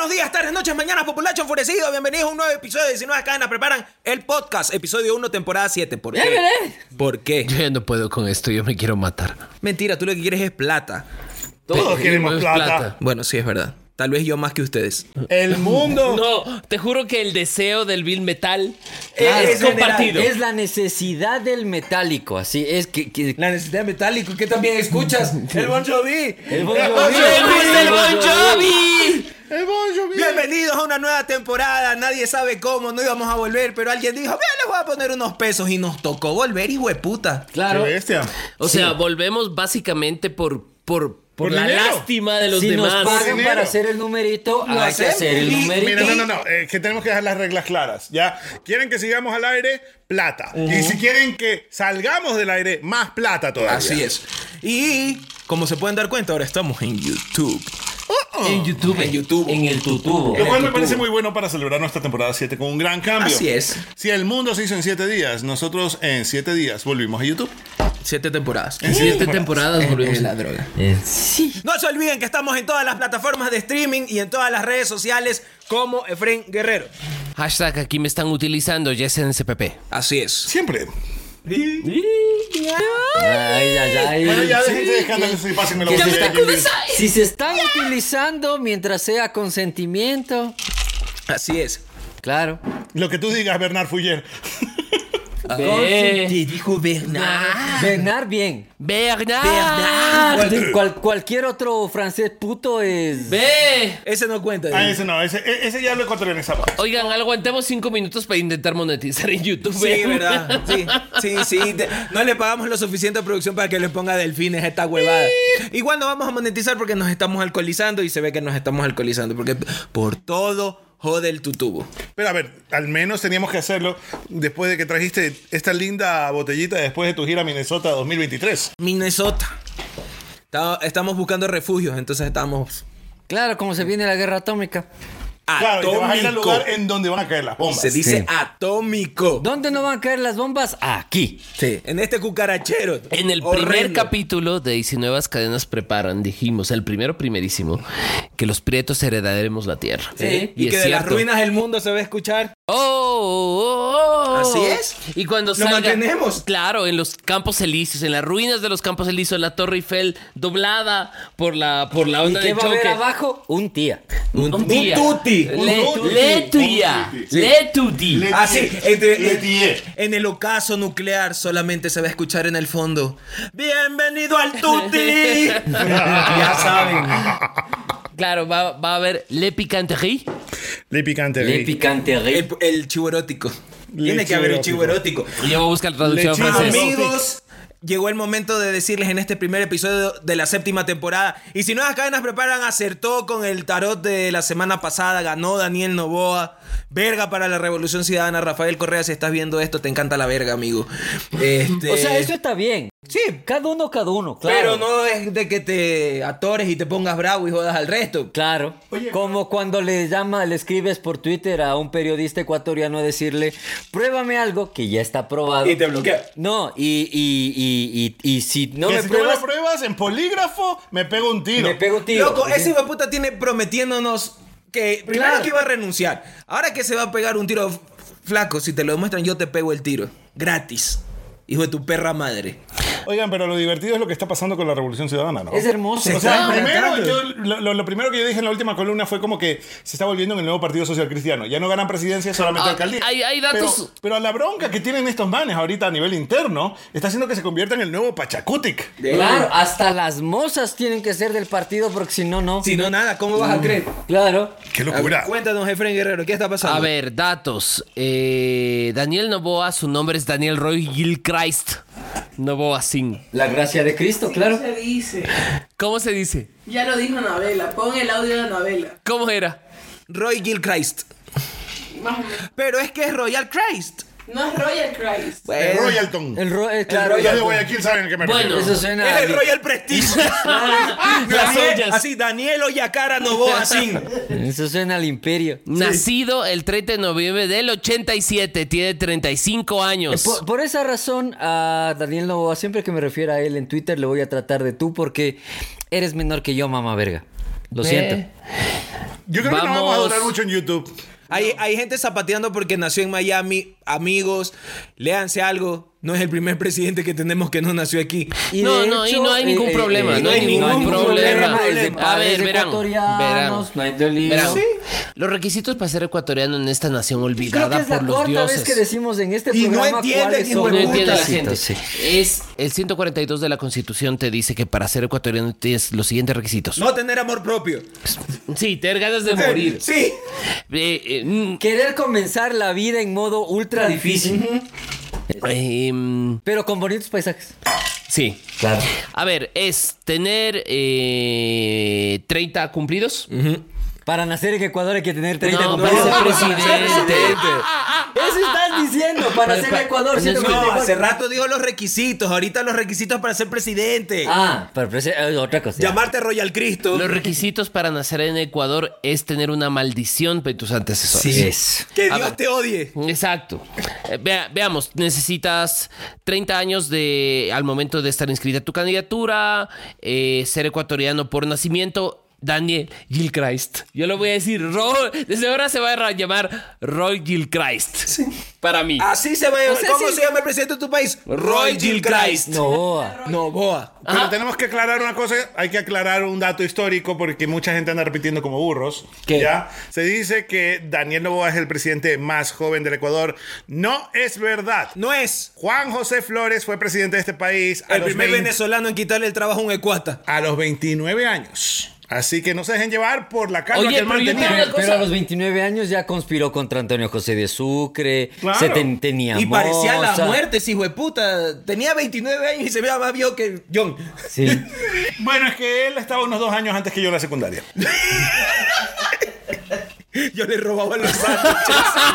buenos días, tardes, noches, mañanas, populacho enfurecido. Bienvenidos a un nuevo episodio de 19 Cadenas. Preparan el podcast, episodio 1, temporada 7. ¿Por qué? ¿Por qué? Yo ya no puedo con esto, yo me quiero matar. Mentira, tú lo que quieres es plata. Todos queremos plata. Bueno, sí, es verdad. Tal vez yo más que ustedes. El mundo. No, te juro que el deseo del Bill Metal Es es compartido. Es la necesidad del metálico, así es que... La necesidad de metálico, ¿qué también escuchas? El Bon Jovi. El Bon ¡El Bon Jovi! El Bon Jovi. Bienvenidos a una nueva temporada. Nadie sabe cómo, no íbamos a volver, pero alguien dijo, mira, les voy a poner unos pesos y nos tocó volver, hijo de puta. Claro, Qué bestia. O sea, volvemos básicamente por la dinero. lástima de los si demás. nos pagan Dinero. para hacer el numerito, hay que hacemos. hacer el Y- numerito. Mira, no. Que tenemos que dejar las reglas claras. ¿Ya? ¿Quieren que sigamos al aire? Plata. Y si quieren que salgamos del aire, más plata todavía. Así es. Y como se pueden dar cuenta, ahora estamos en YouTube. En YouTube. En YouTube. En el tutubo. Lo cual me parece muy bueno para celebrar nuestra temporada 7 con un gran cambio. Así es. Si el mundo se hizo en 7 días, nosotros en 7 días volvimos a YouTube. 7 temporadas. En 7 temporadas volvemos. la droga. Sí. No se olviden que estamos en todas las plataformas de streaming y en todas las redes sociales como Efren Guerrero. Hashtag aquí me están utilizando, YesNSPP. Así es. Siempre. Ay. Bueno, ya déjense de escándalos y pásenme la Que se botella. está- Si se están utilizando mientras sea consentimiento, Así es. claro. Lo que tú digas, Bernard Fuller. Ve. dijo Bernard. Bernard, bien. Bernard. Cualquier otro francés puto es... Ve. Ese no cuenta. Ah, ese no, ese ya lo ecuatorianizamos. Oigan, aguantemos 5 minutos para intentar monetizar en YouTube. Sí, verdad. Sí. No le pagamos lo suficiente a producción para que le ponga delfines a esta huevada. Igual no vamos a monetizar porque nos estamos alcoholizando y se ve que nos estamos alcoholizando porque por todo jode el tutubo. Pero a ver, al menos teníamos que hacerlo después de que trajiste esta linda botellita después de tu gira a Minnesota 2023. Minnesota. Estamos buscando refugios, entonces estamos Claro, como se viene la guerra atómica. Claro, y te vas a ir al atómico. lugar en donde van a caer las bombas. Se dice Sí. atómico. ¿Dónde no van a caer las bombas? Aquí. Sí, en este cucarachero. En el Horrendo. primer capítulo de 19 Cadenas Preparan, dijimos, el primerísimo, que los prietos heredaremos la tierra. Sí, y es que de las cierto. ruinas del mundo se va a escuchar. Oh. Así es. Y cuando Lo salga, mantenemos. claro, en los Campos Elíseos, en las ruinas de los Campos Elíseos, la Torre Eiffel doblada por la ¿Y onda qué de va a haber choque. abajo? Un tía. Un día. tuti. Le tuya. Le tuti. Así, Letier. en el ocaso nuclear solamente se va a escuchar en el fondo. ¡Bienvenido al tuti! Ya saben. Claro, va a haber Le Picanterie. Le picante. Le picanterie. El chivo erótico. Tiene que haber un chivo erótico. Y yo voy a buscar la traducción Le chivo francesa. Amigos, llegó el momento de decirles en este primer episodio de la 7ª temporada. Y si Nuevas Cadenas Preparan, acertó con el tarot de la semana pasada. Ganó Daniel Noboa. Verga para la Revolución Ciudadana. Rafael Correa, si estás viendo esto, te encanta la verga, amigo. O sea, eso está bien. Sí, Cada uno, claro. pero no es de que te atores y te pongas bravo y jodas al resto. Claro. Como cuando le escribes por Twitter a un periodista ecuatoriano a decirle, pruébame algo que ya está probado. Y te bloquea. No, y si no Que me si no me pruebas, lo pruebas en polígrafo, me pego un tiro. me pego tiro. Loco, ese hijo de puta tiene prometiéndonos que primero Claro. que iba a renunciar. Ahora que se va a pegar un tiro flaco, si te lo demuestran, yo te pego el tiro. Gratis. Hijo de tu perra madre. Oigan, pero lo divertido es lo que está pasando con la Revolución Ciudadana, ¿no? Es hermoso. Se O sea, está primero, baratando. lo primero que yo dije en la última columna fue como que se está volviendo en el nuevo Partido Social Cristiano. Ya no ganan presidencia, solamente alcaldía. hay datos. Pero la bronca que tienen estos manes ahorita a nivel interno está haciendo que se convierta en el nuevo Pachacutic. Claro, hasta las mozas tienen que ser del partido porque si no, no. Si no, nada, ¿cómo vas a creer? Claro. ¡Qué A ver, locura! cuéntanos, Efren Guerrero, ¿qué está pasando? A ver, datos. Daniel Noboa, su nombre es Daniel Roy Gilchrist Noboa Singh. La gracia de Cristo, claro. Se dice. ¿Cómo se dice? Ya lo dijo Anabela. Pon el audio de Anabela. ¿Cómo era? Roy Gilchrist. Más o menos. Pero es que es Royal Christ. No es Royal Christ. El Royalton. Claro, Ya de Guayaquil saben a qué me Bueno, refiero. eso suena... Es el Royal Prestige. Las ollas. Así, Daniel Oyacara Noboa Singh. Eso suena al imperio. Nacido el 30 de noviembre del 87, tiene 35 años. Por esa razón, a Daniel Noboa, siempre que me refiero a él en Twitter, le voy a tratar de tú porque eres menor que yo, mamá verga. Lo siento. Yo creo que no vamos a durar mucho en YouTube. Hay gente zapateando porque nació en Miami. Amigos, léanse algo. No es el primer presidente que tenemos que no nació aquí. Y No, de no, y hecho, no hay ningún problema, no hay ningún problema. Es de A padres ver, verán, ecuatorianos, no hay delito. Verán, Sí. los requisitos para ser ecuatoriano en esta nación Creo olvidada que es la por los cuarta dioses. vez que decimos en este Y no programa entienden, cuáles hijo son de No los entiende la requisitos, gente. sí. Es el 142 de la Constitución te dice que para ser ecuatoriano tienes los siguientes requisitos. No tener amor propio. Sí, tener ganas de morir. Sí. Querer comenzar la vida en modo ultra difícil, pero con bonitos paisajes. Sí. Claro. A ver, es tener 30 cumplidos. Para nacer en Ecuador hay que tener 30 No, cumplidos. para ser presidente. Eso estás diciendo, para ser Ecuador. no, 144. No, hace rato dijo los requisitos. Ahorita los requisitos para ser presidente. Pero otra cosa. Llamarte Royal Cristo. Los requisitos para nacer en Ecuador es tener una maldición de tus antecesores. Sí. Es. Que A Dios ver. te odie. Exacto. Veamos, necesitas 30 años al momento de estar inscrita tu candidatura, ser ecuatoriano por nacimiento. Daniel Gilchrist. Yo lo voy a decir, desde ahora se va a llamar Roy Gilchrist. Sí. Para mí. Así se va a llamar. O sea, ¿Cómo sí. se llama el presidente de tu país? Roy Gilchrist. No. Novoa. Pero tenemos que aclarar una cosa, hay que aclarar un dato histórico porque mucha gente anda repitiendo como burros. ¿Qué? ¿Ya? Se dice que Daniel Noboa es el presidente más joven del Ecuador. No es verdad. No es Juan José Flores fue presidente de este país el primer venezolano en quitarle el trabajo a un ecuata. a los 29 años. Así que no se dejen llevar por la calma Oye, que el man pero yo tenía. tengo una cosa. Pero a los 29 años ya conspiró contra Antonio José de Sucre. Claro. Tenía Y parecía la moza. muerte, ese hijo de puta. Tenía 29 años y se veía más viejo que John. Sí. Bueno, es que él estaba unos 2 años antes que yo en la secundaria. Yo le robaba los sándwiches.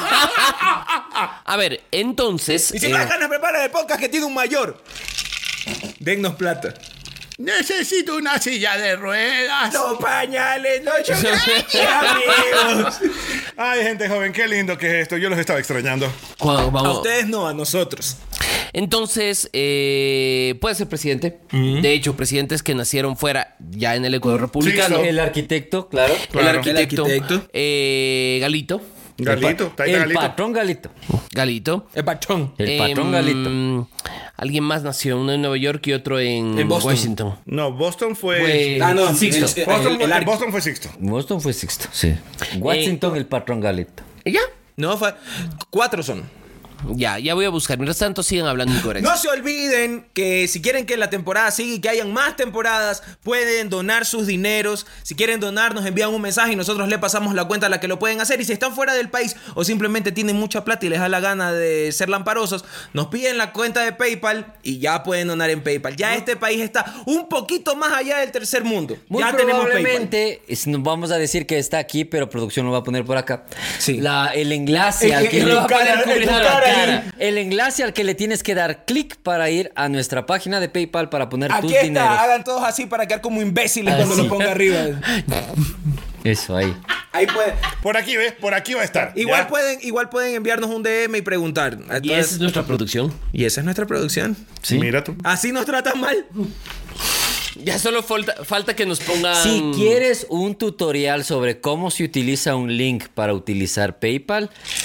A ver, entonces. Y si más ganas prepara el podcast que tiene un mayor. Dennos plata. Necesito una silla de ruedas. No pañales, no chocolate, amigos. Ay, gente joven, qué lindo que es esto. Yo los estaba extrañando. Cuando A vamos- ustedes no, a nosotros. Entonces, puede ser presidente. De hecho, presidentes que nacieron fuera, ya en el Ecuador republicano. Sixto. El arquitecto, claro. Claro. El arquitecto. El arquitecto. Galito. Galito, Taita El Galito. patrón Galito. Galito. El pachón. El patrón Galito. Alguien más nació, uno en Nueva York y otro en Boston. Washington. No, Boston fue. Fue- Ah, no, Sixto. Boston fue Sixto. Boston fue Sixto, sí. Washington, el patrón Galito. ¿Y ya? No, 4 son. Ya voy a buscar. Mientras tanto, sigan hablando incorrecto. No se olviden que si quieren que la temporada siga y que hayan más temporadas, pueden donar sus dineros. Si quieren donar, nos envían un mensaje y nosotros le pasamos la cuenta a la que lo pueden hacer. Y si están fuera del país o simplemente tienen mucha plata y les da la gana de ser lamparosos, nos piden la cuenta de PayPal y ya pueden donar en PayPal. Ya este país está un poquito más allá del tercer mundo. Muy ya tenemos PayPal. probablemente, no vamos a decir que está aquí, pero producción lo va a poner por acá. Sí. El enlace al que en le tu cara, en tu cara ahí. El enlace al que le tienes que dar clic para ir a nuestra página de PayPal para poner tus Aquí está, dineros. hagan todos así para quedar como imbéciles cuando Así. lo ponga arriba. Eso ahí. Ahí pueden. Por aquí, ¿ves? Por aquí va a estar. Igual ¿ya? pueden enviarnos un DM y preguntar. Y Entonces- esa es nuestra producción. y esa es nuestra producción. Mira tú. Así nos tratan mal. Ya solo falta que nos pongan. Si quieres un tutorial sobre cómo se utiliza un link para utilizar PayPal,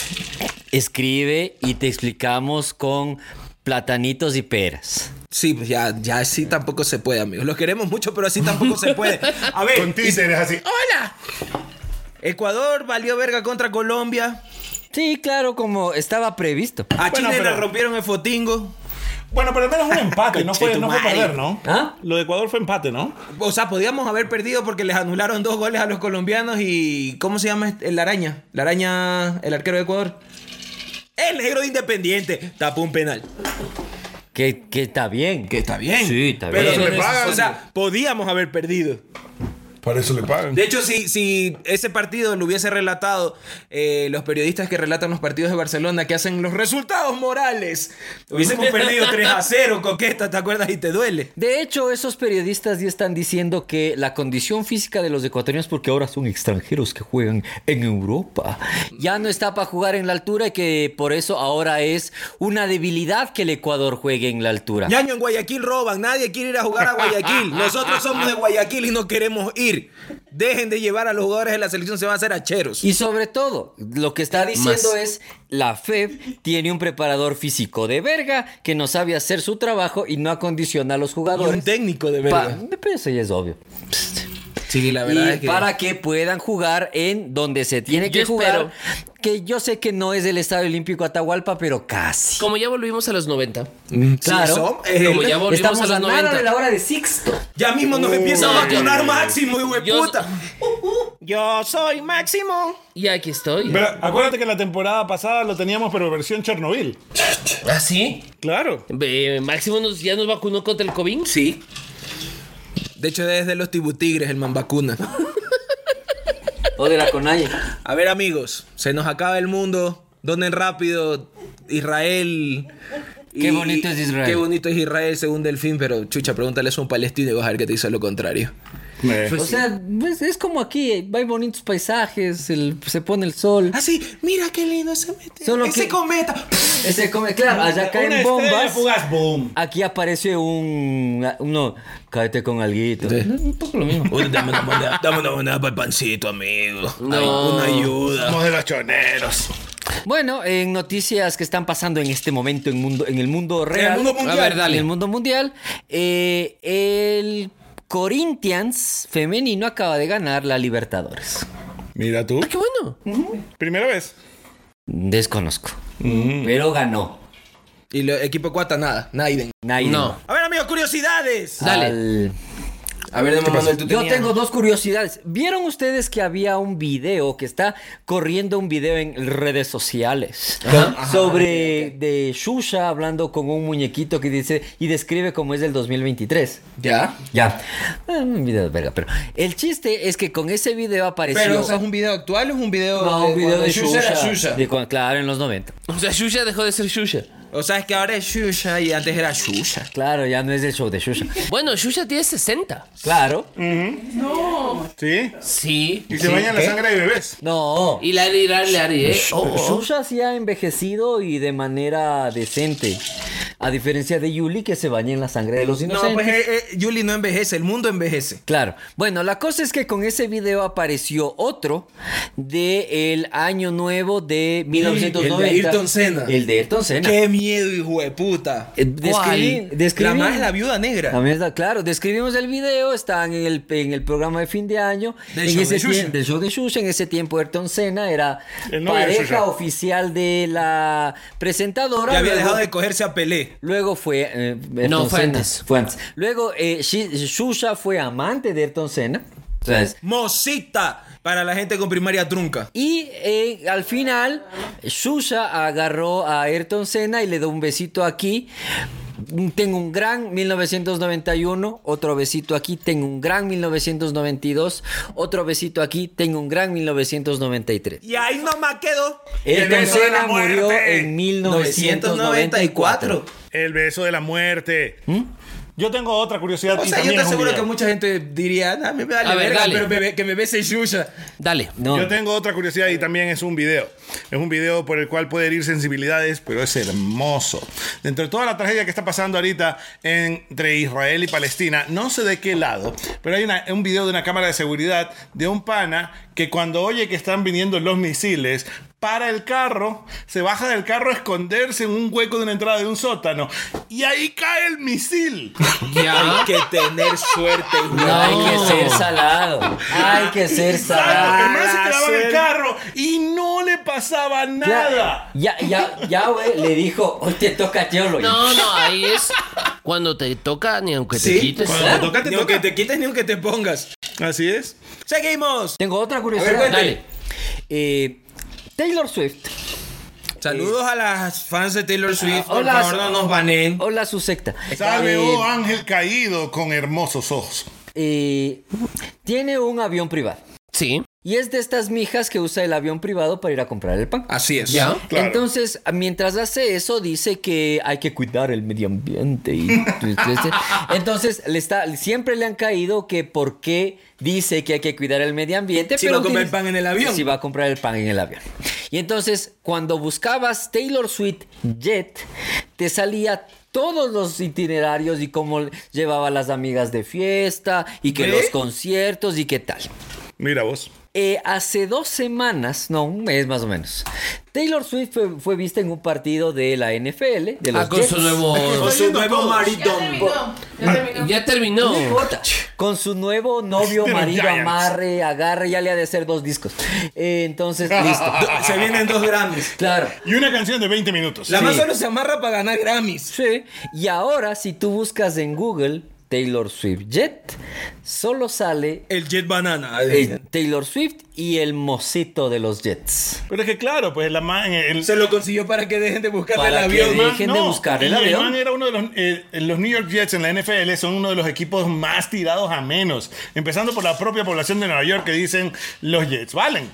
escribe y te explicamos con platanitos y peras. Sí, pues ya así tampoco se puede, amigos. Los queremos mucho, pero así tampoco se puede. A ver, Con títeres así. ¡hola! Ecuador valió verga contra Colombia. Sí, claro, como estaba previsto. A Bueno, Chile pero- le rompieron el fotingo. Bueno, pero al menos un empate. No fue Conchetumare. perder, ¿no? ¿Ah? Lo de Ecuador fue empate, ¿no? O sea, podíamos haber perdido porque les anularon 2 goles a los colombianos y... ¿Cómo se llama el araña? La araña, el arquero de Ecuador. El negro de Independiente tapó un penal. Que está bien. Que está bien. Sí, está Pero, bien. le pagan. o sea, podíamos haber perdido. Para eso le pagan. De hecho, si ese partido lo hubiese relatado los periodistas que relatan los partidos de Barcelona, que hacen los resultados morales, hubiésemos perdido 3-0, Coqueta, ¿te acuerdas? Y te duele. De hecho, esos periodistas ya están diciendo que la condición física de los ecuatorianos, porque ahora son extranjeros que juegan en Europa, ya no está para jugar en la altura y que por eso ahora es una debilidad que el Ecuador juegue en la altura. Ñaño, en Guayaquil roban, nadie quiere ir a jugar a Guayaquil. Nosotros somos de Guayaquil y no queremos ir. decir, dejen de llevar a los jugadores de la selección, se van a hacer acheros. Y sobre todo, lo que está diciendo es, la FEB tiene un preparador físico de verga que no sabe hacer su trabajo y no acondiciona a los Y jugadores. un técnico de verdad. Pero eso ya es obvio. Sí, la verdad Y es que... para que puedan jugar en donde se tiene que Yo jugar. espero. Que yo sé que no es el Estadio Olímpico Atahualpa, pero casi. Como ya volvimos a los 90. Claro. Como ya volvimos Estamos a los a nada 90. de la hora de Sixto. Ya mismo nos empiezan a vacunar yo- Máximo, hijo de yo- puta. Yo soy Máximo. Y aquí estoy. Pero acuérdate que la temporada pasada lo teníamos, pero versión Chernobyl. ¿Ah, sí? Claro. Máximo ya nos vacunó contra el COVID. Sí. De hecho, desde los Tibutigres el man vacuna. O de la Conalle. A ver, amigos, se nos acaba el mundo. Donen rápido. Israel. Qué bonito es Israel. Qué bonito es Israel según Delfín, pero chucha, pregúntale eso a un palestino y vas a ver que te dice lo contrario. O sea, es como aquí, hay bonitos paisajes, se pone el sol. Ah, sí, mira qué lindo se mete. Solo ese que- cometa. Ese claro, allá Una caen estrella bombas. fugaz, boom. Aquí aparece uno, cáete con alguito. Un poco lo mismo. Uy, dame una moneda para el pancito, amigo. No. Ay, una ayuda. Somos de los choneros. Bueno, en noticias que están pasando en este momento en el mundo real. el mundo mundial. A ver, dale. En el mundo mundial. El Corinthians femenino acaba de ganar la Libertadores. Mira tú. Qué bueno. Primera vez. Desconozco. Pero ganó. Y el equipo cuata, nada. Naiden. Naiden. No. A ver, amigos, curiosidades. Dale. A ver, dame Manuel, tú Yo tenías. tengo dos curiosidades. ¿Vieron ustedes que había un video, que está corriendo un video en redes sociales sobre de Xuxa hablando con un muñequito que dice y describe cómo es del 2023? ¿Ya? Ya. Un video de verga, pero el chiste es que con ese video apareció. Pero, o sea, ¿es un video actual o es un video no, un video cuando de Xuxa era Xuxa. Xuxa? Claro, en los 90. O sea, Xuxa dejó de ser Xuxa. O sea, es que ahora es Xuxa y antes era Xuxa. Claro, ya no es el show de Xuxa. Bueno, Xuxa tiene 60. Claro. ¿Sí? Sí. Y se baña la sangre de bebés. No. Y Lari, Xuxa sí ha envejecido y de manera decente. A diferencia de Yuli, que se baña en la sangre de los No, inocentes. pues Yuli no envejece, el mundo envejece. Claro. Bueno, la cosa es que con ese video apareció otro del año nuevo de 1990. El de Ayrton Senna. El de Ayrton Senna. Qué miedo, hijo de puta. La más es la viuda negra. La mierda, claro, describimos el video, están en el programa de fin de año. Del en show ese de Xuxa. del show de Xuxa. En ese tiempo Ayrton Senna era El novio de pareja Xuxa. oficial de la presentadora. Ya había Luego- dejado de cogerse a Pelé. Luego fue... Ayrton No, fue Senna. antes. Fue antes. Luego Xuxa fue amante de Ayrton Senna. ¿Sabes? Mosita para la gente con primaria trunca. Y al final, Xuxa agarró a Ayrton Senna y le dio un besito aquí. Tengo un gran 1991, otro besito aquí, tengo un gran 1992, otro besito aquí, tengo un gran 1993. Y ahí nomás quedó. Ayrton beso de la Senna murió muerte. en 1994. El beso de la muerte. Yo tengo otra curiosidad. O y sea, yo también te es un aseguro que video. mucha gente diría, me vale A ver, verga, dale. pero que me bese Xuxa. Dale. No. Yo tengo otra curiosidad y también es un video. Es un video por el cual puede herir sensibilidades, pero es hermoso. Dentro de toda la tragedia que está pasando ahorita entre Israel y Palestina, no sé de qué lado, pero hay un video de una cámara de seguridad de un pana que cuando oye que están viniendo los misiles, para el carro, se baja del carro a esconderse en un hueco de una entrada de un sótano y ahí cae el misil. Ya. Hay que tener suerte. hijo. No, hay que ser salado. Hay que ser Exacto, salado. el man se quedaba en el suerte. carro y no le pasaba nada. Ya, güey, le dijo, hoy te toca Cholo. No, ahí es cuando te toca, ni aunque te Sí, quites. cuando te toca, te ni aunque te quites ni aunque te pongas. Así es. Seguimos. Tengo otra A curiosidad. ver, cuente. Dale. Taylor Swift. Saludos a las fans de Taylor Swift. Por hola, favor, no nos banen. Hola, su secta. Salve, oh ángel caído con hermosos ojos. Tiene un avión privado. Sí. Y es de estas mijas que usa el avión privado para ir a comprar el pan. Así es. Ya. Claro. Entonces, mientras hace eso, dice que hay que cuidar el medio ambiente. Entonces, siempre le han caído que por qué dice que hay que cuidar el medio ambiente. Si va a comprar el pan en el avión. Si va a comprar el pan en el avión. Y entonces, cuando buscabas Taylor Swift Jet, te salía todos los itinerarios y cómo llevaba a las amigas de fiesta y que ¿Ve? los conciertos y qué tal. Mira vos. Hace 2 semanas, no, un mes más o menos, Taylor Swift fue vista en un partido de la NFL, de los con Jets. su nuevo... Con su nuevo Ya maridón. terminó. Ya terminó. Ya terminó. No importa. Con su nuevo novio, De los marido, Giants. amarre, agarre, ya le ha de hacer 2 discos. Entonces, listo. Se vienen 2 Grammys. Claro. Y una canción de 20 minutos. La Sí. más solo se amarra para ganar Grammys. Sí. Y ahora, si tú buscas en Google Taylor Swift Jet, solo sale El Jet Banana. Taylor Swift y el mocito de los Jets. Pero es que claro, pues la man... Se lo consiguió para que dejen de buscar el Para que avión. dejen de buscar el y avión. man era uno de los New York Jets en la NFL son uno de los equipos más tirados a menos. Empezando por la propia población de Nueva York que dicen los Jets valen.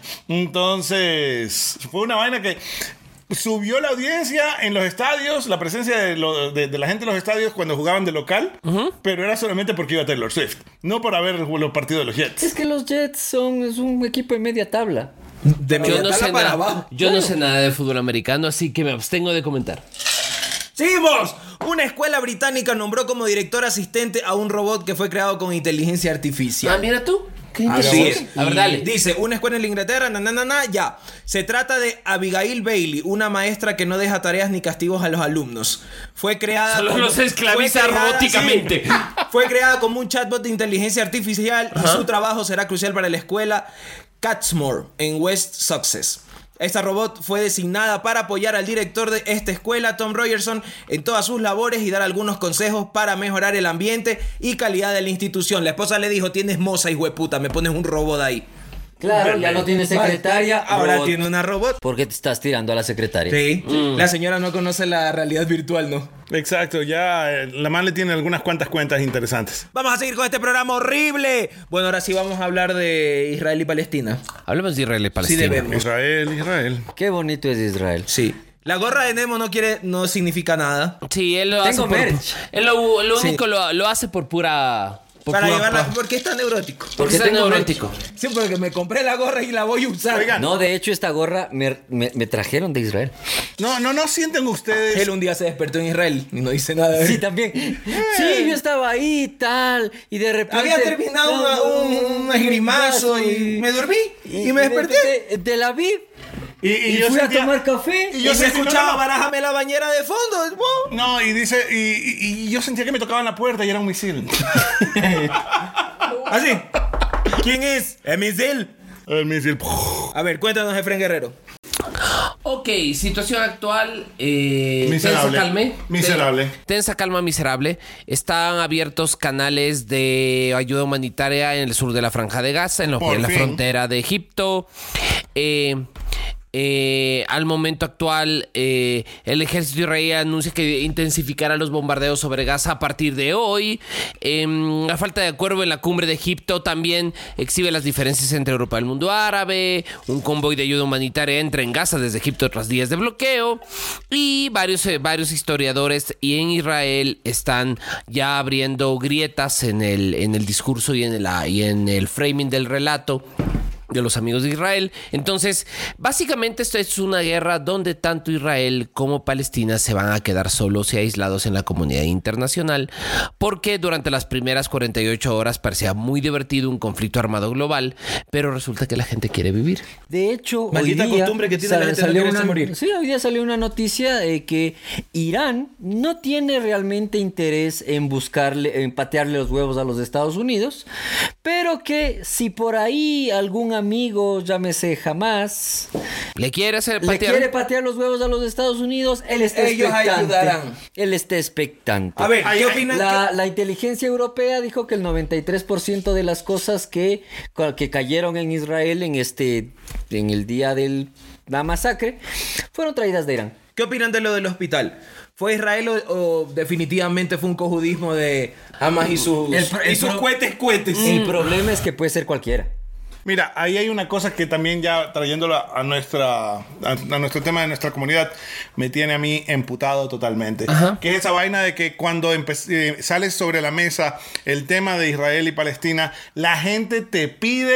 Entonces, fue una vaina que subió la audiencia en los estadios, la presencia de la gente en los estadios cuando jugaban de local, pero era solamente porque iba Taylor Swift, no por ver los partidos de los Jets. Es que los Jets es un equipo de media tabla. De Yo media no, tabla sé para nada, abajo. yo no sé nada de fútbol americano, así que me abstengo de comentar. ¡Seguimos! Una escuela británica nombró como director asistente a un robot que fue creado con inteligencia artificial. Mira tú. Qué Así interesante. es. A ver, dale. Dice, una escuela en Inglaterra, ya. Se trata de Abigail Bailey, una maestra que no deja tareas ni castigos a los alumnos. Fue creada... Solo los esclaviza fue creada- robóticamente. sí. Fue creada como un chatbot de inteligencia artificial y su trabajo será crucial para la escuela Catsmore en West Sussex. Esta robot fue designada para apoyar al director de esta escuela, Tom Rogerson, en todas sus labores y dar algunos consejos para mejorar el ambiente y calidad de la institución. La esposa le dijo, tienes moza, hijueputa, me pones un robot ahí. Claro, ya no tiene secretaria. Ahora robot. tiene una robot. ¿Por qué te estás tirando a la secretaria? Sí. La señora no conoce la realidad virtual, ¿no? Exacto, ya la man le tiene algunas cuantas cuentas interesantes. Vamos a seguir con este programa horrible. Bueno, ahora sí vamos a hablar de Israel y Palestina. Hablemos de Israel y Palestina. Sí debemos. Israel. Qué bonito es Israel. Sí. La gorra de Nemo no significa nada. Sí, él lo Tengo hace por... merch. Él lo Sí. único lo hace por pura... por Para pura llevarla, paz. porque está neurótico. Porque está tengo neurótico. Sí, porque me compré la gorra y la voy a usar. Oigan. No, de hecho, esta gorra me trajeron de Israel. No sienten ustedes. Él un día se despertó en Israel y no dice nada de Sí, él. también. Sí, yo estaba ahí, tal, y de repente... Había terminado un esgrimazo y me dormí y me desperté. De Tel Aviv. Y Y fui a tomar café. Y y yo yo se sentí- escuchaba, no. barájame la bañera de fondo. ¡Wow! No, y dice, y yo sentía que me tocaban la puerta y era un misil. Así. ¿Quién es? ¿Es misil? El misil. A ver, cuéntanos, Efren Guerrero. Ok, situación actual. Miserable. Tensa, calme. Miserable. Tensa, calma, miserable. Están abiertos canales de ayuda humanitaria en el sur de la Franja de Gaza, en Por la fin. frontera de Egipto. Al momento actual, el ejército israelí anuncia que intensificará los bombardeos sobre Gaza a partir de hoy. La falta de acuerdo en la cumbre de Egipto también exhibe las diferencias entre Europa y el mundo árabe. Un convoy de ayuda humanitaria entra en Gaza desde Egipto tras días de bloqueo. Y varios historiadores y en Israel están ya abriendo grietas en el discurso y en el framing del relato de los amigos de Israel. Entonces, básicamente esto es una guerra donde tanto Israel como Palestina se van a quedar solos y aislados en la comunidad internacional, porque durante las primeras 48 horas parecía muy divertido un conflicto armado global, pero resulta que la gente quiere vivir. De hecho, Maldita hoy día costumbre que tiene la gente de no quererse morir. Sí, hoy día salió una noticia de que Irán no tiene realmente interés en patearle los huevos a los Estados Unidos, pero que si por ahí algún amigo, llámese Hamas, ¿Le quiere hacer le patear? quiere patear los huevos a los Estados Unidos, él está Ellos expectante. ayudarán. Él está expectante. A ver, ¿qué opinan? La inteligencia europea dijo que el 93% de las cosas que cayeron en Israel en el día de la masacre fueron traídas de Irán. ¿Qué opinan de lo del hospital? ¿Fue Israel o definitivamente fue un cojudismo de Hamas y sus cohetes? El problema es que puede ser cualquiera. Mira, ahí hay una cosa que también ya trayéndola a nuestro tema de nuestra comunidad me tiene a mí emputado totalmente. Que es esa vaina de que cuando sale sobre la mesa el tema de Israel y Palestina, la gente te pide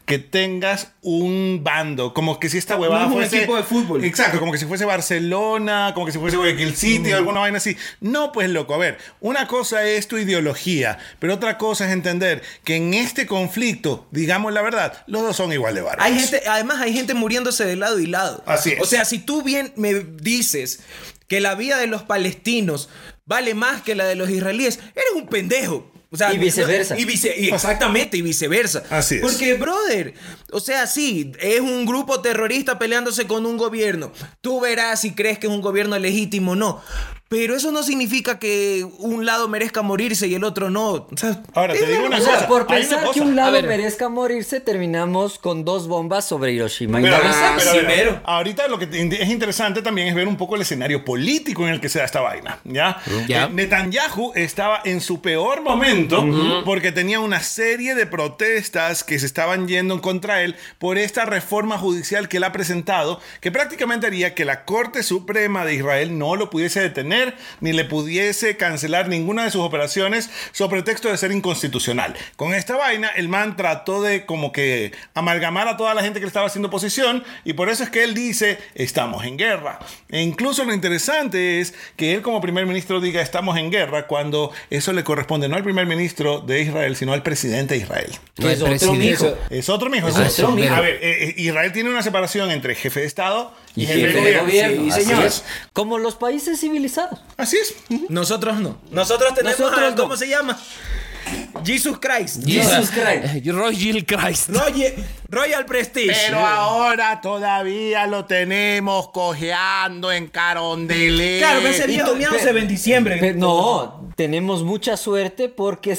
que tengas un bando, como que si esta huevada No es un fuese equipo de fútbol. Exacto, como que si fuese Barcelona, como que si fuese Guayaquil City o alguna vaina así. No, pues loco, a ver, una cosa es tu ideología, pero otra cosa es entender que en este conflicto, digamos la verdad, los dos son igual de bárbaros. Hay gente, además hay gente muriéndose de lado y lado. Así es. O sea, si tú bien me dices que la vida de los palestinos vale más que la de los israelíes, eres un pendejo. O sea, Y viceversa. Exactamente, y viceversa. Así es. Porque, brother, o sea, sí, es un grupo terrorista peleándose con un gobierno. Tú verás si crees que es un gobierno legítimo o no. Pero eso no significa que un lado merezca morirse y el otro no. O sea, Ahora, te digo una O sea, cosa. por hay una pensar cosa. que un A lado ver. merezca morirse, terminamos con 2 bombas sobre Hiroshima y Pero, Nagasaki. pero, ahorita lo que es interesante también es ver un poco el escenario político en el que se da esta vaina. ¿Ya? Ya. Netanyahu estaba en su peor momento porque tenía una serie de protestas que se estaban yendo contra él por esta reforma judicial que él ha presentado, que prácticamente haría que la Corte Suprema de Israel no lo pudiese detener ni le pudiese cancelar ninguna de sus operaciones sobre pretexto de ser inconstitucional. Con esta vaina, el man trató de como que amalgamar a toda la gente que le estaba haciendo oposición y por eso es que él dice, estamos en guerra. E incluso lo interesante es que él como primer ministro diga, estamos en guerra, cuando eso le corresponde no al primer ministro de Israel, sino al presidente de Israel. No, el Es otro presidente. mijo. Es otro mijo. Es otro mijo. A ver, Israel tiene una separación entre jefe de Estado y, Y jefe de gobierno. Sí, Así señor. es. Como los países civilizados. Así es. nosotros no. Nosotros tenemos Nosotros a, ¿cómo no. se llama? Jesus Christ. Jesus Christ. Royal Christ. Royal Prestige. Pero ahora todavía lo tenemos cojeando en Carondelet. Claro, ese viejo mío se ve en diciembre. No, tenemos mucha suerte porque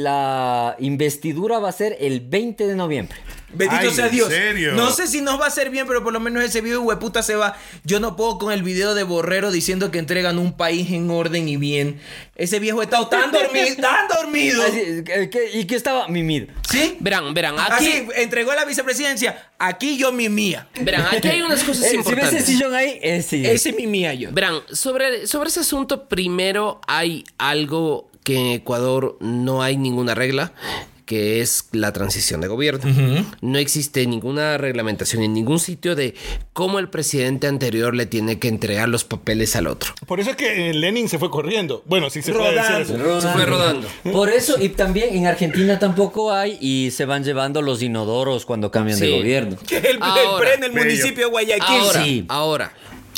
la investidura va a ser el 20 de noviembre. Bendito Ay, sea ¿en Dios. serio? No sé si nos va a hacer bien, pero por lo menos ese video hueputa se va. Yo no puedo con el video de Borrero diciendo que entregan un país en orden y bien. Ese viejo ha estado tan dormido, tan dormido. Así, ¿y qué estaba? Mimido. ¿Sí? Verán, aquí, Aquí entregó la vicepresidencia. Aquí yo mimía. verán, aquí hay unas cosas Si ves importantes. ese sillón ahí, Ese mimía yo. Verán, sobre ese asunto, primero hay algo que en Ecuador no hay ninguna regla, que es la transición de gobierno. No existe ninguna reglamentación en ningún sitio de cómo el presidente anterior le tiene que entregar los papeles al otro. Por eso es que Lenin se fue corriendo. Bueno, sí se puede decir eso. Se fue rodando. Por eso, y también en Argentina tampoco hay, y se van llevando los inodoros cuando cambian de Sí. gobierno. El Ahora, pre en el municipio de Guayaquil. Ahora,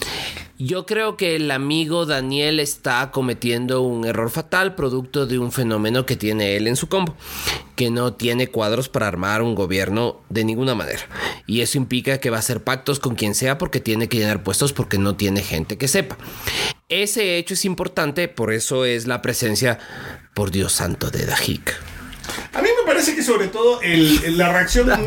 yo creo que el amigo Daniel está cometiendo un error fatal producto de un fenómeno que tiene él en su combo, que no tiene cuadros para armar un gobierno de ninguna manera. Y eso implica que va a hacer pactos con quien sea porque tiene que llenar puestos porque no tiene gente que sepa. Ese hecho es importante, por eso es la presencia, por Dios santo, de Dajik. A mí me parece que sobre todo la reacción... No.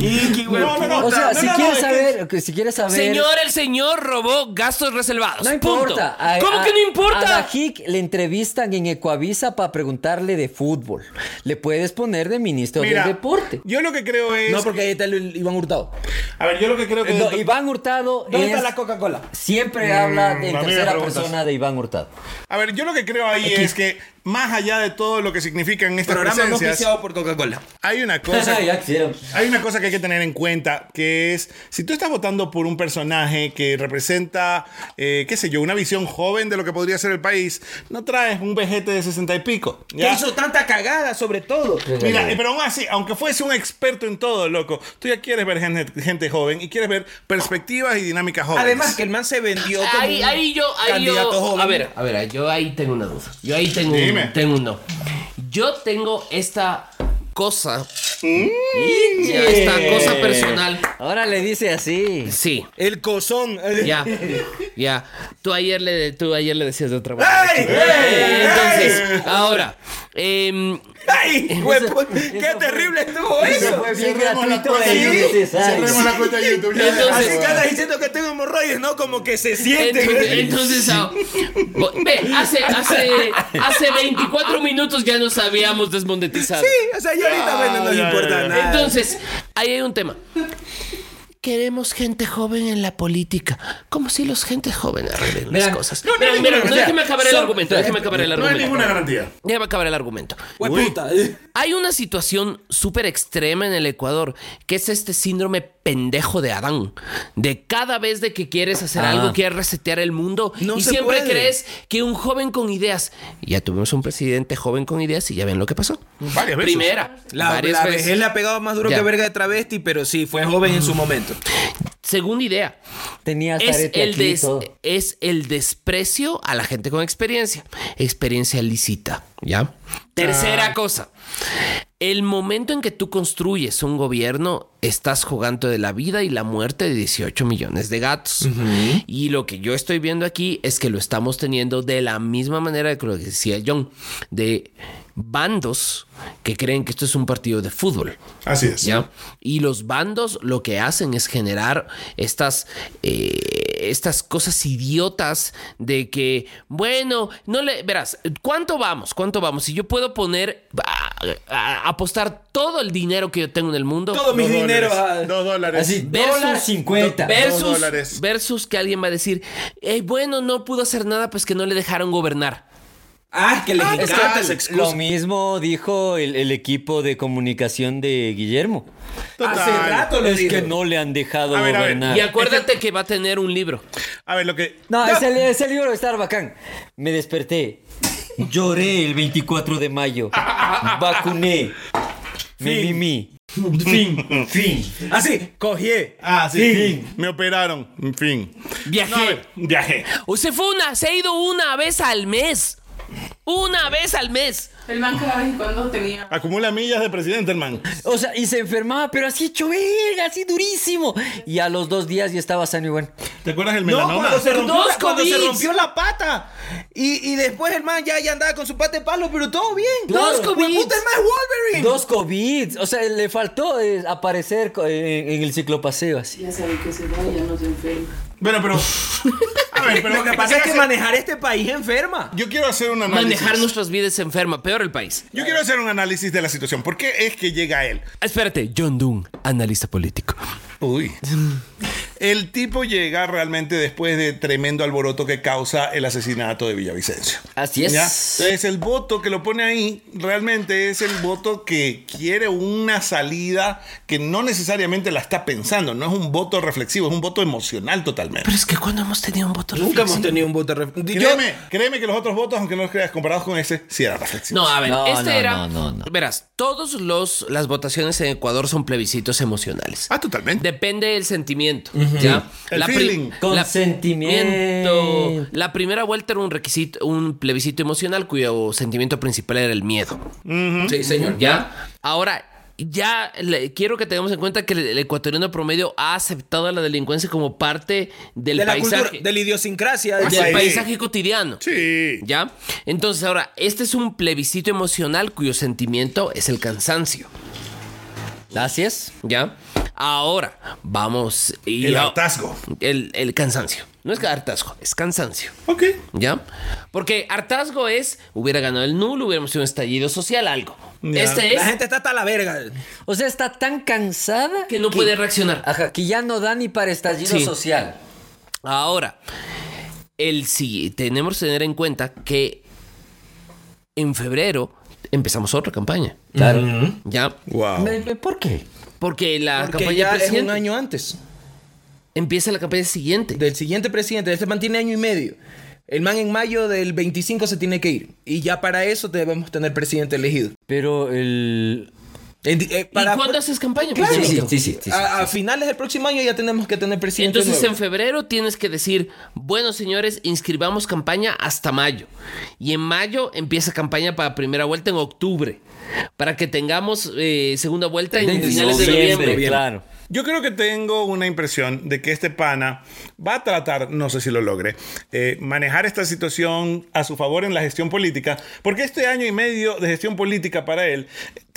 O sea, no, si no, quieres es que- saber, si quieres saber. Señor, el señor robó gastos reservados. No Punto. importa. ¿Cómo que no A importa? Dajik le entrevistan en Ecoavisa para preguntarle de fútbol. Le puedes poner de ministro Mira, del deporte. yo lo que creo es... No, porque ahí está el Iván Hurtado. A ver, yo lo que creo que... No, Iván Hurtado ¿Dónde está es- la Coca-Cola? siempre habla en a mí me tercera preguntas. persona de Iván Hurtado. A ver, yo lo que creo ahí es que más allá de todo lo que significan estas Programa no presencias, auspiciado por Coca-Cola. hay una cosa... Ya quisieron. Hay una cosa que hay que tener en cuenta, que es, si tú estás votando por un personaje que representa, qué sé yo, una visión joven de lo que podría ser el país, no traes un vejete de 60 y pico. Que ¿ya? hizo tanta cagada, sobre todo. Mira, pero aún así, aunque fuese un experto en todo, loco, tú ya quieres ver gente joven y quieres ver perspectivas y dinámicas jóvenes. Además que el man se vendió como Ahí yo, candidato joven. a ver, yo ahí tengo una duda. Yo ahí tengo Dime. tengo un no. Yo tengo esta cosa, ya, esta cosa personal. Ahora le dice así. Sí, El cozón. ya. Tú ayer le decías de otra manera. ¡Ey! Entonces, ahora, ¡Ay! ¡Qué terrible estuvo eso! Fue bien Cerremos la gratuito cuenta e de YouTube. innecesario. Cerremos la cuenta de YouTube. ya. Entonces- Así que andas diciendo que tengo hemorroides, ¿no? Como que se siente. entonces, ve, hace 24 minutos ya nos habíamos desmonetizado. Sí, o sea, ya ahorita bueno, no nos ya, importa ya. nada. Entonces, ahí hay un tema. queremos gente joven en la política. Como si los gente jóvenes arreglen las Vean, cosas. no, Mira, no, mira, no, déjeme acabar el argumento. Déjeme acabar el No hay argumento. ninguna garantía. Déjame acabar el argumento. Hueputa. Hay una situación súper extrema en el Ecuador, que es este síndrome pendejo de Adán. De cada vez de que quieres hacer algo, quieres resetear el mundo No y se siempre puede. crees que un joven con ideas. Ya tuvimos un presidente joven con ideas y ya ven lo que pasó. Varias veces. Primera, La varias veces. vejez le ha pegado más duro Ya. que verga de travesti, pero sí, fue joven en su momento. Segunda idea. Tenía Es arete el, aquí y todo. es el desprecio a la gente con experiencia. Experiencia lícita, ¿ya? Tercera cosa. El momento en que tú construyes un gobierno, estás jugando de la vida y la muerte de 18 millones de gatos. Y lo que yo estoy viendo aquí es que lo estamos teniendo de la misma manera que lo que decía John, de bandos que creen que esto es un partido de fútbol. Así es. ¿Ya? Y los bandos lo que hacen es generar estas cosas idiotas de que, bueno, no le verás, ¿cuánto vamos? Si yo puedo poner a apostar todo el dinero que yo tengo en el mundo Todo mi dinero. $2. Así, Versus- $50. $2. versus que alguien va a decir, bueno, no pudo hacer nada, pues que no le dejaron gobernar. Ah, que les Es que encanta esa lo excusa. mismo dijo el equipo de comunicación de Guillermo. Hace rato lo Es dijo. que no le han dejado A ver, gobernar. Y acuérdate que va a tener un libro. A ver, lo que... No, ese libro está bacán. Me desperté. Lloré el 24 de mayo. Vacuné. Me mimí. Fin. Así, cogí. Ah, sí. Me operaron. En fin. Viajé. No, a ver, viajé. Usted se ha ido una vez al mes. Una vez al mes. El man cada vez y cuando tenía. Acumula millas de presidente, hermano. O sea, y se enfermaba, pero así hecho verga, así durísimo. Y a los 2 días ya estaba sano y bueno. ¿Te acuerdas del No, melanoma? cuando se Dos rompió la pata. Y después el man ya andaba con su pata de palo, pero todo bien. Dos Claro. COVID. Puta, el man es Wolverine. 2 COVID. O sea, le faltó aparecer en el ciclopaseo así. Ya sabe que se vaya, no se enferma. Bueno, pero... A ver, pero Lo que pasa es que manejar este país enferma. Yo quiero hacer un análisis. Manejar nuestras vidas se enferma. Peor el país. Yo quiero hacer un análisis de la situación. ¿Por qué es que llega él? Espérate, John Doon, analista político. Uy. El tipo llega realmente después de tremendo alboroto que causa el asesinato de Villavicencio. Así es. ¿Ya? Entonces el voto que lo pone ahí realmente es el voto que quiere una salida que no necesariamente la está pensando. No es un voto reflexivo, es un voto emocional totalmente. Pero es que cuando hemos tenido un voto Nunca hemos reflexivo? tenido un voto reflexivo. Créeme que los otros votos, aunque no los creas comparados con ese, sí eran reflexivos. No, a ver, No. Verás, todas las votaciones en Ecuador son plebiscitos emocionales. Ah, totalmente. Depende del sentimiento, ¿ya? El feeling. Consentimiento. La primera vuelta era un plebiscito emocional cuyo sentimiento principal era el miedo. Sí, señor. ¿Ya? Ahora, quiero que tengamos en cuenta que el ecuatoriano promedio ha aceptado a la delincuencia como parte del De la paisaje. cultura, de la idiosincrasia. Del Sí. paisaje cotidiano. Sí. ¿Ya? Entonces ahora, este es un plebiscito emocional cuyo sentimiento es el cansancio. Así es. ¿Ya? Ahora, vamos... El hartazgo. El cansancio. No es hartazgo, es cansancio. Ok. ¿Ya? Porque hartazgo es, hubiera ganado el nulo, hubiéramos tenido un estallido social, algo. Ya. Este es La gente está hasta la verga. O sea, está tan cansada que no puede reaccionar. Ajá, que ya no da ni para estallido Sí. social. Ahora, tenemos que tener en cuenta que en febrero empezamos otra campaña. Claro. ¿Ya? Wow. ¿Por qué? Porque la Porque campaña ya es presidente un año antes. empieza la campaña siguiente. Del siguiente presidente. Este man tiene año y medio. El man en mayo del 25 se tiene que ir. Y ya para eso debemos tener presidente elegido. Pero el... ¿Y cuándo haces campaña? Claro. presidente? Sí. A finales del próximo año ya tenemos que tener presidente Entonces nuevo. en febrero tienes que decir, bueno señores, inscribamos campaña hasta mayo. Y en mayo empieza campaña para primera vuelta en octubre. Para que tengamos segunda vuelta en finales de noviembre. Claro. Yo creo que tengo una impresión de que este pana va a tratar, no sé si lo logre, manejar esta situación a su favor en la gestión política, porque este año y medio de gestión política para él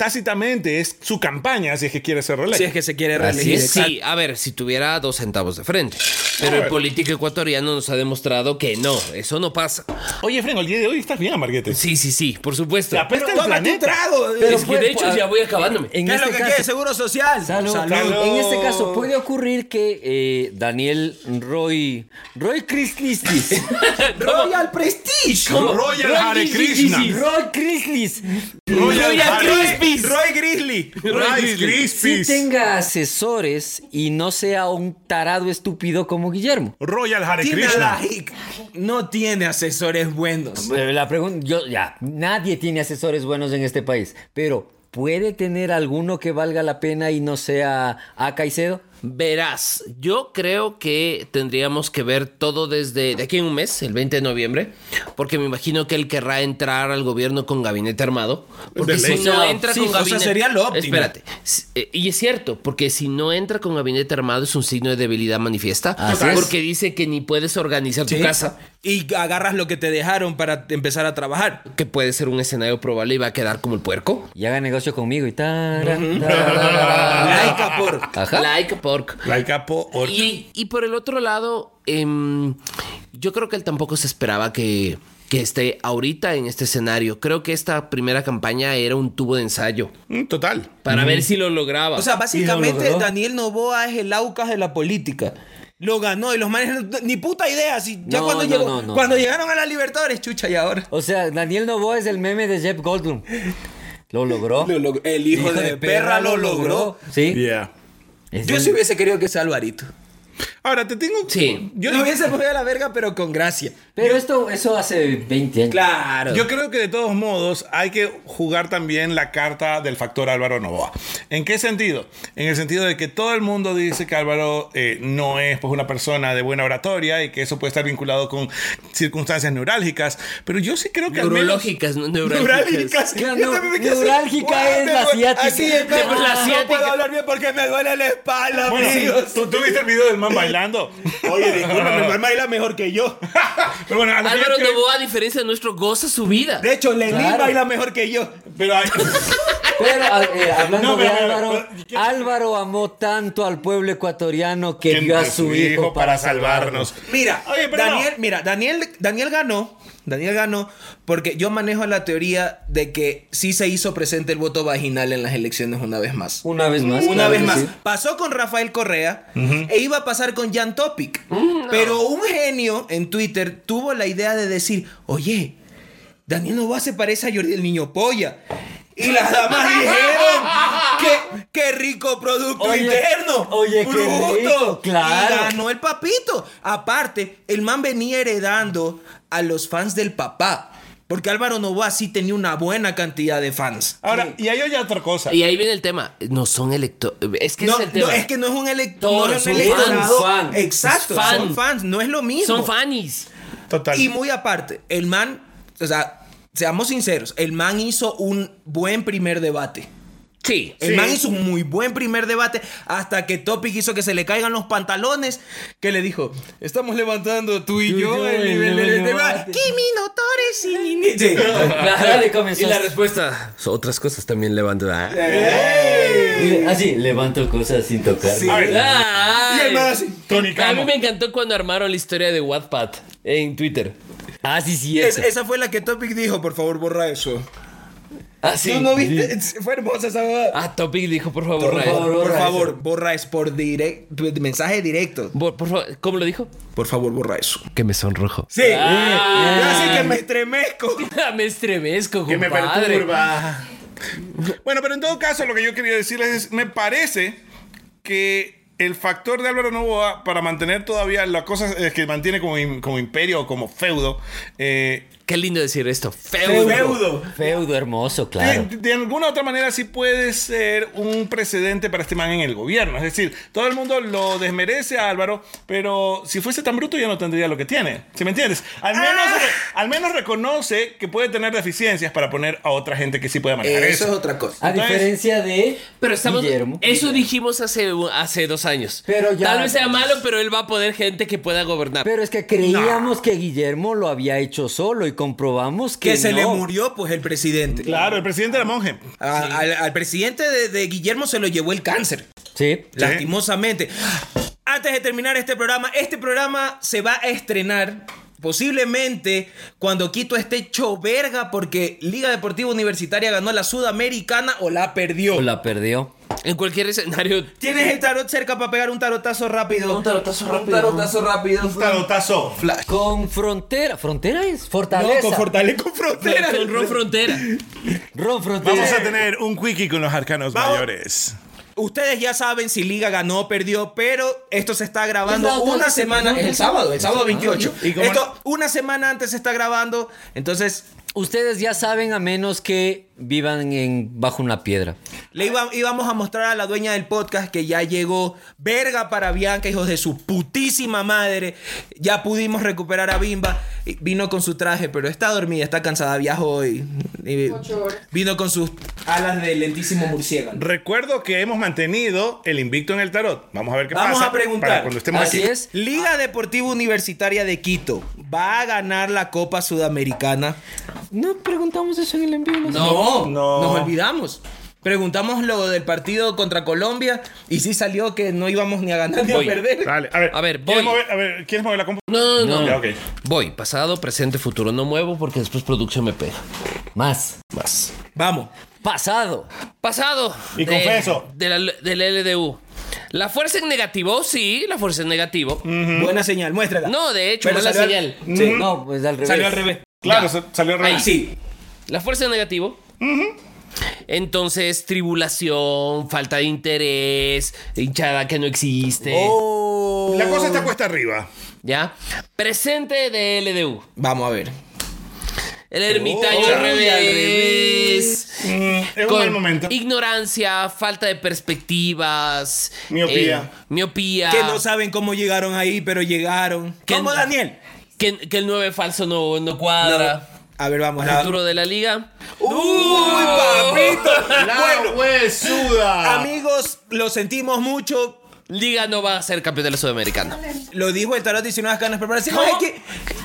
tácitamente es su campaña si es que quiere ser reelecto. Si es que se quiere Así reelegir. es. exacto. Sí, a ver, si tuviera 2 centavos de frente. Pero A el ver. político ecuatoriano nos ha demostrado que no, eso no pasa. Oye, Frengo, el día de hoy estás bien, Amarguete. Sí, por supuesto. La pesta del Tómate un planeta. trago. Pero Es que de hecho ya voy acabándome. En ¿Qué es lo este que caso, quiere? Seguro social. Salud. Salud. En este caso puede ocurrir que Daniel Roy Krislistis, Royal Prestige. Royal Hare Krishna. Roy Krislis, Royal Hare Crispis. Roy Grizzly. Rice sí Krispies. tenga asesores y no sea un tarado estúpido como Guillermo. Royal Hare Tiene Krishna. la hic. No tiene asesores buenos. La pregunta, nadie tiene asesores buenos en este país, pero ¿puede tener alguno que valga la pena y no sea A. Caicedo? Verás, yo creo que tendríamos que ver todo desde de aquí en un mes, el 20 de noviembre, porque me imagino que él querrá entrar al gobierno con gabinete armado. Porque De si ley. no entra Sí, con o sea, gabinete... sería lo óptimo. Espérate. Y es cierto, porque si no entra con gabinete armado es un signo de debilidad manifiesta. Así es. Porque dice que ni puedes organizar tu Sí. casa, Y agarras lo que te dejaron para empezar a trabajar. que puede ser un escenario probable y va a quedar como el puerco. Y haga negocio conmigo y Laica por. Ajá. Like a pork. Like a Y por el otro lado, yo creo que él tampoco se esperaba que esté ahorita en este escenario. Creo que esta primera campaña era un tubo de ensayo Total. para ver si lo lograba. O sea, básicamente ¿Y lo logró? Daniel Noboa es el Aucas de la política. Lo ganó y los manes ni puta idea. Si ya No, cuando, no, llegó, no. cuando llegaron a la Libertadores, chucha, y ahora. O sea, Daniel Noboa es el meme de Jeff Goldblum. Lo logró. El hijo de perra lo logró. Sí. Yeah. Es Yo el- sí hubiese querido que sea Alvarito. Ahora, te tengo... Sí. Yo, Lo hubiese movido a la verga, pero con gracia. Pero eso hace 20 años. Claro. yo creo que de todos modos hay que jugar también la carta del factor Álvaro Noboa. ¿En qué sentido? En el sentido de que todo el mundo dice que Álvaro no es pues, una persona de buena oratoria y que eso puede estar vinculado con circunstancias neurálgicas. Pero yo sí creo que al menos... Neurológicas, no neurálgicas. Claro, neurálgica es la asiática. Así es, La no asiática. puedo hablar bien porque me duele la espalda, Bueno, amigos. ¿tú viste el video del man bailando? Oye, discúlpame, el man baila mejor que yo. Pero bueno, a lo que yo Álvaro creo- Noboa, a diferencia de nuestro, goza su vida. De hecho, Lenin Claro. baila mejor que yo. Pero hay... Pero hablando No, de pero, Álvaro, ¿qué? Álvaro amó tanto al pueblo ecuatoriano que dio a su hijo para salvarnos. Mira, Oye, pero Daniel, no. mira, Daniel ganó. Daniel ganó porque yo manejo la teoría de que sí se hizo presente el voto vaginal en las elecciones una vez más. Una vez más. Una claro vez que más. sí. Pasó con Rafael Correa e iba a pasar con Jan Topic. Pero un genio en Twitter tuvo la idea de decir, oye, Daniel Noboa se parece a Jordi el Niño Polla. Y las damas dijeron, qué rico producto Oye, interno. oye, qué rico, claro. Y ganó el papito. Aparte, el man venía heredando a los fans del papá. Porque Álvaro Noboa sí tenía una buena cantidad de fans. Ahora, y hay otra cosa. Y ahí viene el tema. No son electores. Es que No, ese es el tema. no, es que no es un elector, Todos no es un son electorado. fans. Exacto, Fan. son fans, no es lo mismo. Son fanis. Total. Y muy aparte, el man, o sea, seamos sinceros, el man hizo un buen primer debate. Sí. El man hizo un muy buen primer debate hasta que Topic hizo que se le caigan los pantalones, que le dijo, estamos levantando tú y yo el nivel del debate. Kimi no Torres y ni-". Sí. Claro, le comenzó Y la respuesta. Otras cosas también levanto. así, levanto cosas sin tocar. Sí. A ver, Ay. Y el man así. Tony A mí Camo. me encantó cuando armaron la historia de Wattpad en Twitter. Ah, sí, cierto. Esa fue la que Topic dijo, por favor, borra eso. Ah, sí. ¿Tú no viste? Fue hermosa esa huevada. Ah, Topic dijo, por favor, Por favor. Por borra favor, eso. borra eso por mensaje directo. Por favor, ¿cómo lo dijo? Por favor, borra eso. Que me sonrojo. Sí. Así que me estremezco. Me estremezco, Que me compadre. perturba. Bueno, pero en todo caso, lo que yo quería decirles es, me parece que el factor de Álvaro Noboa para mantener todavía las cosas que mantiene como imperio o como feudo, Qué lindo decir esto. Feudo. Feudo. Feudo hermoso, claro. de alguna u otra manera sí puede ser un precedente para este man en el gobierno. Es decir, todo el mundo lo desmerece a Álvaro, pero si fuese tan bruto ya no tendría lo que tiene. ¿Sí me entiendes? Al menos reconoce que puede tener deficiencias para poner a otra gente que sí puede manejar Eso eso. es otra cosa. A diferencia de Pero estamos. Guillermo. Eso dijimos hace 2 años. Pero ya- Tal vez sea malo, pero él va a poder gente que pueda gobernar. Pero es que creíamos que Guillermo lo había hecho solo y comprobamos que se le no. murió, pues, el presidente. Claro, el presidente era monje. Al presidente de Guillermo se lo llevó el cáncer. Sí. Lastimosamente. Antes de terminar este programa se va a estrenar posiblemente cuando Quito esté hecho verga porque Liga Deportiva Universitaria ganó la Sudamericana o la perdió. O la perdió. En cualquier escenario. ¿Tienes el tarot cerca para pegar un tarotazo rápido? Un tarotazo rápido. Un tarotazo rápido. Un tarotazo. Con Frontera. ¿Frontera es? Fortaleza. No, con Fortaleza, con Frontera. Con Ron Frontera. Ron Frontera. Vamos a tener un quickie con los arcanos Vamos. mayores. Ustedes ya saben si Liga ganó o perdió, pero esto se está grabando Es la una otra semana. semana. El sábado 28. ¿Y cómo Esto una semana antes se está grabando. Entonces, Ustedes ya saben, a menos que vivan bajo una piedra. íbamos a mostrar a la dueña del podcast que ya llegó. Verga para Bianca, hijos de su putísima madre. Ya pudimos recuperar a Bimba. Vino con su traje, pero está dormida, está cansada. Viajó hoy. 8 horas. Vino con sus alas de lentísimo murciélago. Recuerdo que hemos mantenido el invicto en el tarot. Vamos a ver qué pasa. Vamos a preguntar. Para cuando estemos Así aquí. es. Liga Deportiva Universitaria de Quito va a ganar la Copa Sudamericana. No preguntamos eso en el envío. No, No. nos olvidamos. Preguntamos lo del partido contra Colombia y sí salió que no íbamos ni a ganar ni a Voy. perder. Dale, A ver, ¿quieres voy. ¿quieres mover la compu? No. Ya, ok. Voy. Pasado, presente, futuro. No muevo porque después producción me pega. Más. Más. Vamos. Pasado. Pasado. Y confeso. Del LDU. La fuerza en negativo, sí, la fuerza en negativo. Buena señal, muéstrala. No, de hecho, Pero mala salió señal. Sí. No, pues al revés. Salió al revés. Claro, Ya. salió Ahí raro. Sí. La fuerza en negativo. Entonces, tribulación, falta de interés, hinchada que no existe. Oh. La cosa está cuesta arriba. ¿Ya? Presente de LDU. Vamos a ver. El ermitaño Oh, al al revés. Es un mal momento. Ignorancia, falta de perspectivas. Miopía. Miopía. Que no saben cómo llegaron ahí, pero llegaron. Que- ¿Cómo, Daniel? Que el 9 falso no cuadra. A ver, vamos. Futuro de la liga. ¡Uy, papito! La huesuda. Amigos, lo sentimos mucho. Liga no va a ser campeón de la Sudamericana. Lo dijo el tarot 19 canas preparación. ¿Cómo? Hay que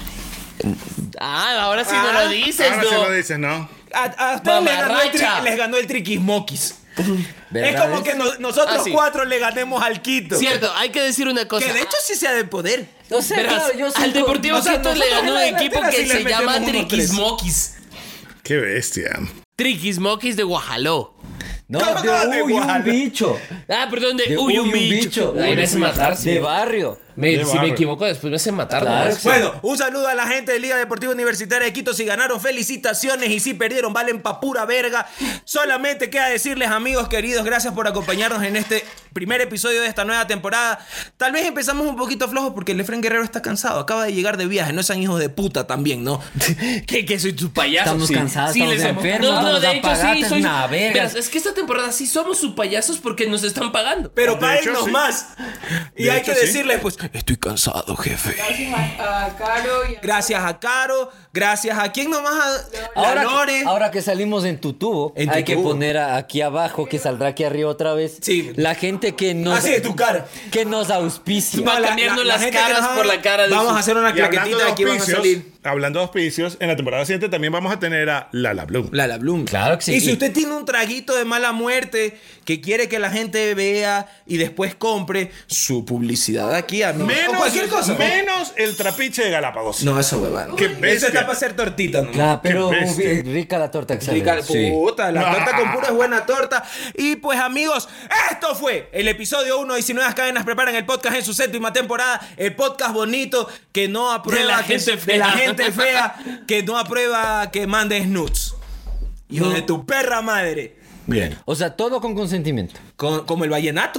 Ah, ahora sí no lo dices, Ahora ¿no? se lo dices, ¿no? a ustedes Mamarracha. les ganó el triquismokis. Es ¿Verdad? como que nosotros Ah, sí. 4 le ganemos al Quito. Cierto, hay que decir una cosa. Que de hecho sí sea de poder. O sea, Verás, claro, yo soy al Deportivo o sea, Quito le nosotros ganó en un la equipo delantera que sí se le llama metemos 1-3. Triquismokis. Qué bestia. Triquismokis de Guajaló. No, No, de de uy, un Guadalajara. bicho. Ah, perdón, de De uy, un bicho. Ahí me hacen matar. De barrio. Si me barrio. equivoco, después me hacen matar. Claro ¿no? que sí. Bueno, un saludo a la gente de Liga Deportiva Universitaria de Quito. Si ganaron, felicitaciones. Y si perdieron, valen pa' pura verga. Solamente queda decirles, amigos queridos, gracias por acompañarnos en este primer episodio de esta nueva temporada. Tal vez empezamos un poquito flojos porque el Efren Guerrero está cansado. Acaba de llegar de viaje. No sean hijos de puta también, ¿no? Que soy tu payaso. Estamos Sí. cansados, Sí, estamos les hemos- enfermos, No, vamos de a hecho pagar, sí, es soy. una verga. Verás, es que esta temporada sí somos sus payasos porque nos están pagando. Pero De páguennos hecho, sí. más. Y De hay hecho, que sí. decirles, pues, estoy cansado, jefe. Gracias a Caro y a... Gracias a Caro, gracias a quién nomás, a la Lore. Ahora que salimos en tu tubo, En tu hay que tubo. poner aquí abajo, que saldrá aquí arriba otra vez. Sí. La gente que nos, Así de tu cara. que nos auspicia. Va cambiando las gente que caras nos haga- por la cara de Vamos su- a hacer una Y hablando claquetita de y aquí van a auspicios, salir. hablando de auspicios, en la temporada siguiente también vamos a tener a Lala Bloom. Lala Bloom. Claro que sí. Y si usted tiene un traguito de mala muerte que quiere que la gente vea y después compre su publicidad aquí, amigo. O cualquier cosa. Menos el trapiche de Galápagos. No, eso huevada. Qué Eso bestia. está para hacer tortita, ¿no? Claro, pero Qué bestia. rica la torta que sale. Rica, Sí. puta, la torta con pura es buena torta. Y pues amigos, esto fue el episodio 1 de 19 Cadenas Preparan el podcast en su 7ª temporada. El podcast bonito que no aprueba De la que- gente de la fea. gente fea que no aprueba que mandes nudes. Hijo de tu perra madre. Bien. O sea, todo con consentimiento. Como el vallenato.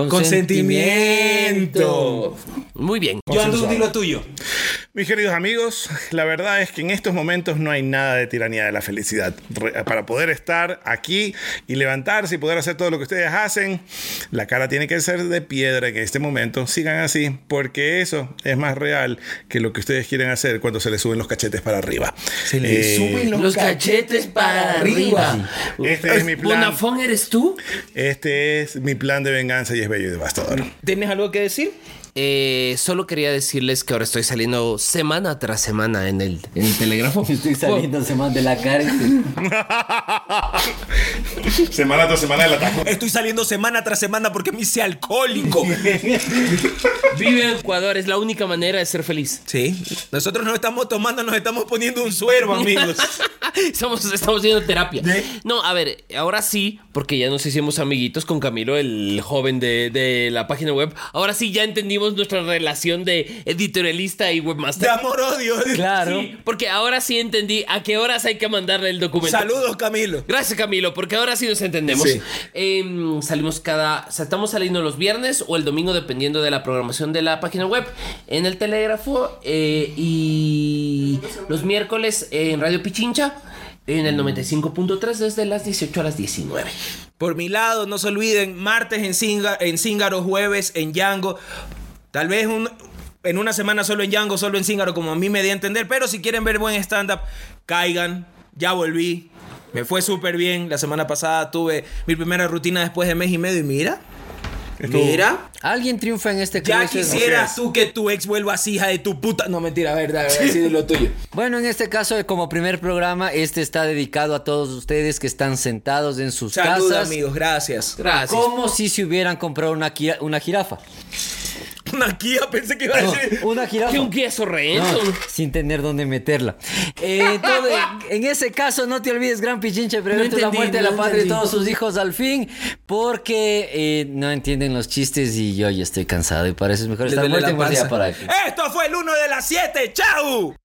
Consentimiento. Muy bien. Yo ando un lo tuyo. Mis queridos amigos, la verdad es que en estos momentos no hay nada de tiranía de la felicidad. Para poder estar aquí y levantarse y poder hacer todo lo que ustedes hacen, la cara tiene que ser de piedra en este momento. Sigan así, porque eso es más real que lo que ustedes quieren hacer cuando se les suben los cachetes para arriba. Se le suben Los cachetes para arriba. Este es mi plan. ¿Bonafón eres tú? Este es mi plan de venganza y es bello y devastador. ¿Tienes algo que decir? Solo quería decirles que ahora estoy saliendo semana tras semana en el telégrafo. Estoy saliendo semana de la cárcel. Semana tras semana del ataque. Estoy saliendo semana tras semana porque me hice alcohólico. Vive en Ecuador, es la única manera de ser feliz. Sí, nosotros no estamos tomando, nos estamos poniendo un suero, amigos. Estamos haciendo terapia. ¿Sí? No, a ver, ahora sí, porque ya nos hicimos amiguitos con Camilo, el joven de la página web. Ahora sí ya entendimos nuestra relación de editorialista y De webmaster. Claro. Sí, porque ahora sí entendí a qué horas hay que mandarle el documento. Saludos, Camilo. Gracias, Camilo, porque ahora sí nos entendemos. Sí. Estamos saliendo los viernes o el domingo, dependiendo de la programación de la página web, en el telégrafo, y los miércoles en Radio Pichincha, en el 95.3 desde las 18 a las 19. Por mi lado, no se olviden, martes en Cíngaro, jueves en Yango. Tal vez en una semana solo en Yango, solo en Cíngaro, como a mí me di a entender. Pero si quieren ver buen stand-up, caigan. Ya volví. Me fue súper bien. La semana pasada tuve mi primera rutina después de mes y medio. Y mira. Mira. Alguien triunfa en este Ya caso. quisieras tú que tu ex vuelvas hija de tu puta. No, mentira, verdad, sí de lo tuyo. Bueno, en este caso, como primer programa, este está dedicado a todos ustedes que están sentados en sus Salud, casas. amigos, gracias. Gracias. Como si se hubieran comprado una jirafa. Una Kia, pensé que iba a No, decir. una jirafa. ¿Qué un queso rehén? No, sin tener dónde meterla. Entonces, en ese caso, no te olvides, Gran Pichincha, prevente la entendí, muerte de no la patria y entendí. todos sus hijos al fin, porque no entienden los chistes y yo ya estoy cansado y para eso es mejor Les estar duele muerto la y morir panza. para aquí. Esto fue el 1 de las 7. ¡Chao!